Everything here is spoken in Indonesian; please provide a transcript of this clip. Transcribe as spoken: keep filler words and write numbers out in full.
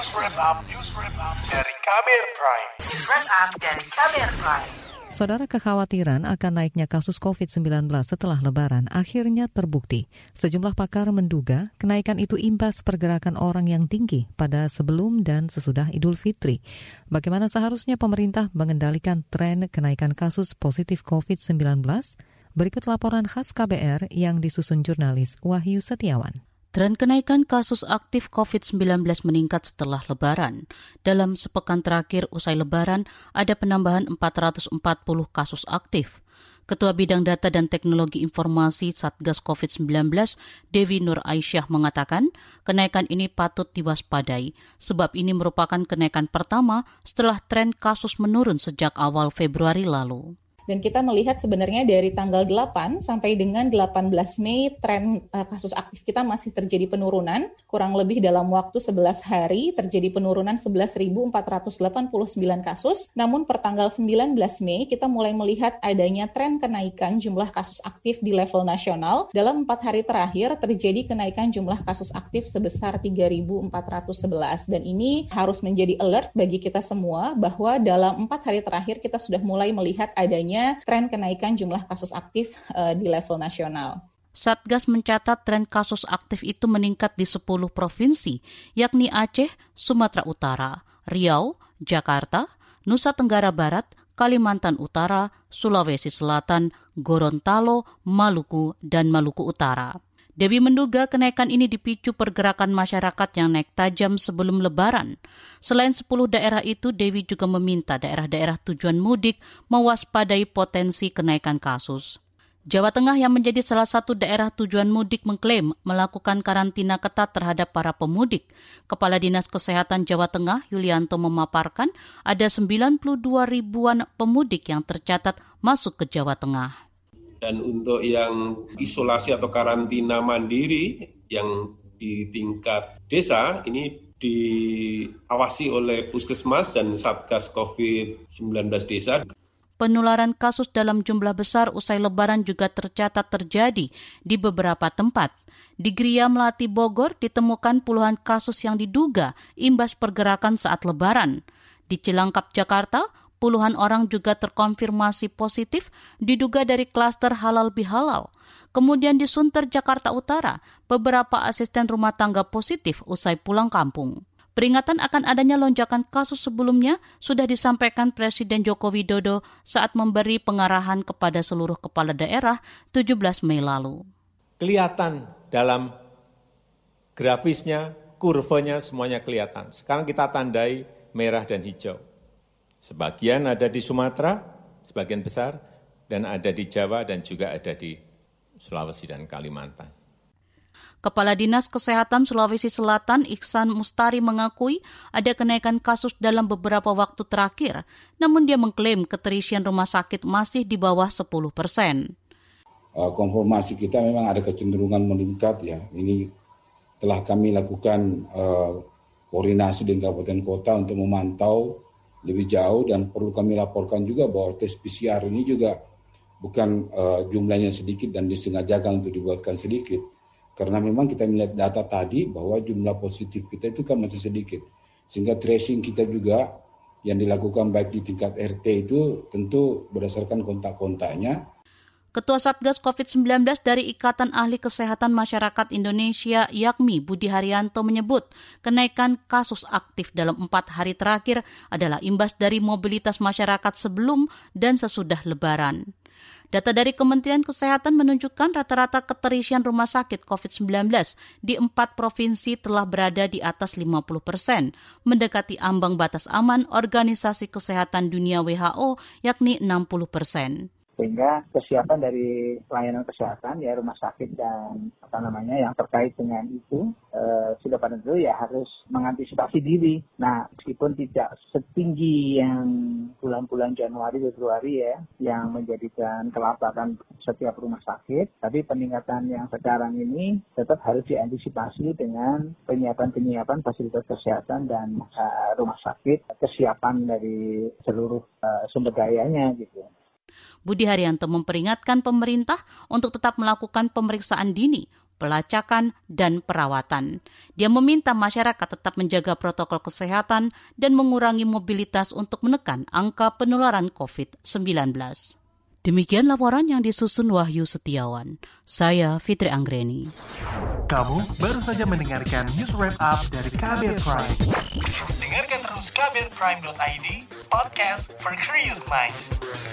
Wrap Up, News Wrap Up dari Kamer Prime. News Wrap Up dari Kamer Prime. Saudara, kekhawatiran akan naiknya kasus covid sembilan belas setelah Lebaran akhirnya terbukti. Sejumlah pakar menduga kenaikan itu imbas pergerakan orang yang tinggi pada sebelum dan sesudah Idul Fitri. Bagaimana seharusnya pemerintah mengendalikan tren kenaikan kasus positif covid sembilan belas? Berikut laporan khas K B R yang disusun jurnalis Wahyu Setiawan. Tren kenaikan kasus aktif covid sembilan belas meningkat setelah Lebaran. Dalam sepekan terakhir usai Lebaran, ada penambahan empat ratus empat puluh kasus aktif. Ketua Bidang Data dan Teknologi Informasi Satgas covid sembilan belas, Dewi Nur Aisyah mengatakan, kenaikan ini patut diwaspadai, sebab ini merupakan kenaikan pertama setelah tren kasus menurun sejak awal Februari lalu. Dan kita melihat sebenarnya dari tanggal delapan sampai dengan delapan belas Mei tren uh, kasus aktif kita masih terjadi penurunan. Kurang lebih dalam waktu sebelas hari terjadi penurunan sebelas ribu empat ratus delapan puluh sembilan kasus. Namun per tanggal sembilan belas Mei kita mulai melihat adanya tren kenaikan jumlah kasus aktif di level nasional. Dalam empat hari terakhir terjadi kenaikan jumlah kasus aktif sebesar tiga ribu empat ratus sebelas. Dan ini harus menjadi alert bagi kita semua bahwa dalam empat hari terakhir kita sudah mulai melihat adanya tren kenaikan jumlah kasus aktif uh, di level nasional. Satgas mencatat tren kasus aktif itu meningkat di sepuluh provinsi, yakni Aceh, Sumatera Utara, Riau, Jakarta, Nusa Tenggara Barat, Kalimantan Utara, Sulawesi Selatan, Gorontalo, Maluku, dan Maluku Utara. Dewi menduga kenaikan ini dipicu pergerakan masyarakat yang naik tajam sebelum Lebaran. Selain sepuluh daerah itu, Dewi juga meminta daerah-daerah tujuan mudik mewaspadai potensi kenaikan kasus. Jawa Tengah yang menjadi salah satu daerah tujuan mudik mengklaim melakukan karantina ketat terhadap para pemudik. Kepala Dinas Kesehatan Jawa Tengah, Yulianto, memaparkan ada sembilan puluh dua ribuan pemudik yang tercatat masuk ke Jawa Tengah. Dan untuk yang isolasi atau karantina mandiri yang di tingkat desa ini diawasi oleh Puskesmas dan Satgas covid sembilan belas desa. Penularan kasus dalam jumlah besar usai Lebaran juga tercatat terjadi di beberapa tempat. Di Gria Melati Bogor ditemukan puluhan kasus yang diduga imbas pergerakan saat Lebaran. Di Cilangkap, Jakarta, puluhan orang juga terkonfirmasi positif diduga dari klaster halal bihalal. Kemudian di Sunter, Jakarta Utara, beberapa asisten rumah tangga positif usai pulang kampung. Peringatan akan adanya lonjakan kasus sebelumnya sudah disampaikan Presiden Joko Widodo saat memberi pengarahan kepada seluruh kepala daerah tujuh belas Mei lalu. Kelihatan dalam grafisnya, kurvanya semuanya kelihatan. Sekarang kita tandai merah dan hijau. Sebagian ada di Sumatera, sebagian besar, dan ada di Jawa dan juga ada di Sulawesi dan Kalimantan. Kepala Dinas Kesehatan Sulawesi Selatan Iksan Mustari mengakui ada kenaikan kasus dalam beberapa waktu terakhir, namun dia mengklaim keterisian rumah sakit masih di bawah sepuluh persen. Konfirmasi kita memang ada kecenderungan meningkat ya. Ini telah kami lakukan uh, koordinasi dengan kabupaten kota untuk memantau lebih jauh, dan perlu kami laporkan juga bahwa tes P C R ini juga bukan uh, jumlahnya sedikit dan disengajakan untuk dibuatkan sedikit. Karena memang kita melihat data tadi bahwa jumlah positif kita itu kan masih sedikit. Sehingga tracing kita juga yang dilakukan baik di tingkat R T itu tentu berdasarkan kontak-kontaknya. Ketua Satgas covid sembilan belas dari Ikatan Ahli Kesehatan Masyarakat Indonesia, Yakmi Budi Haryanto, menyebut kenaikan kasus aktif dalam empat hari terakhir adalah imbas dari mobilitas masyarakat sebelum dan sesudah Lebaran. Data dari Kementerian Kesehatan menunjukkan rata-rata keterisian rumah sakit covid sembilan belas di empat provinsi telah berada di atas lima puluh persen, mendekati ambang batas aman Organisasi Kesehatan Dunia W H O yakni enam puluh persen. Sehingga kesiapan dari pelayanan kesehatan ya rumah sakit dan apa namanya yang terkait dengan itu eh, sudah pada tentu ya harus mengantisipasi diri. Nah, meskipun tidak setinggi yang bulan-bulan Januari Februari ya yang menjadikan kelabakan setiap rumah sakit, tapi peningkatan yang sekarang ini tetap harus diantisipasi dengan penyiapan-penyiapan fasilitas kesehatan dan uh, rumah sakit, kesiapan dari seluruh uh, sumber dayanya gitu. Budi Haryanto memperingatkan pemerintah untuk tetap melakukan pemeriksaan dini, pelacakan, dan perawatan. Dia meminta masyarakat tetap menjaga protokol kesehatan dan mengurangi mobilitas untuk menekan angka penularan covid sembilan belas. Demikian laporan yang disusun Wahyu Setiawan. Saya Fitri Anggreni. Kamu baru saja mendengarkan news wrap up dari K B R Prime. Dengarkan terus k b r prime dot i d, podcast for curious mind.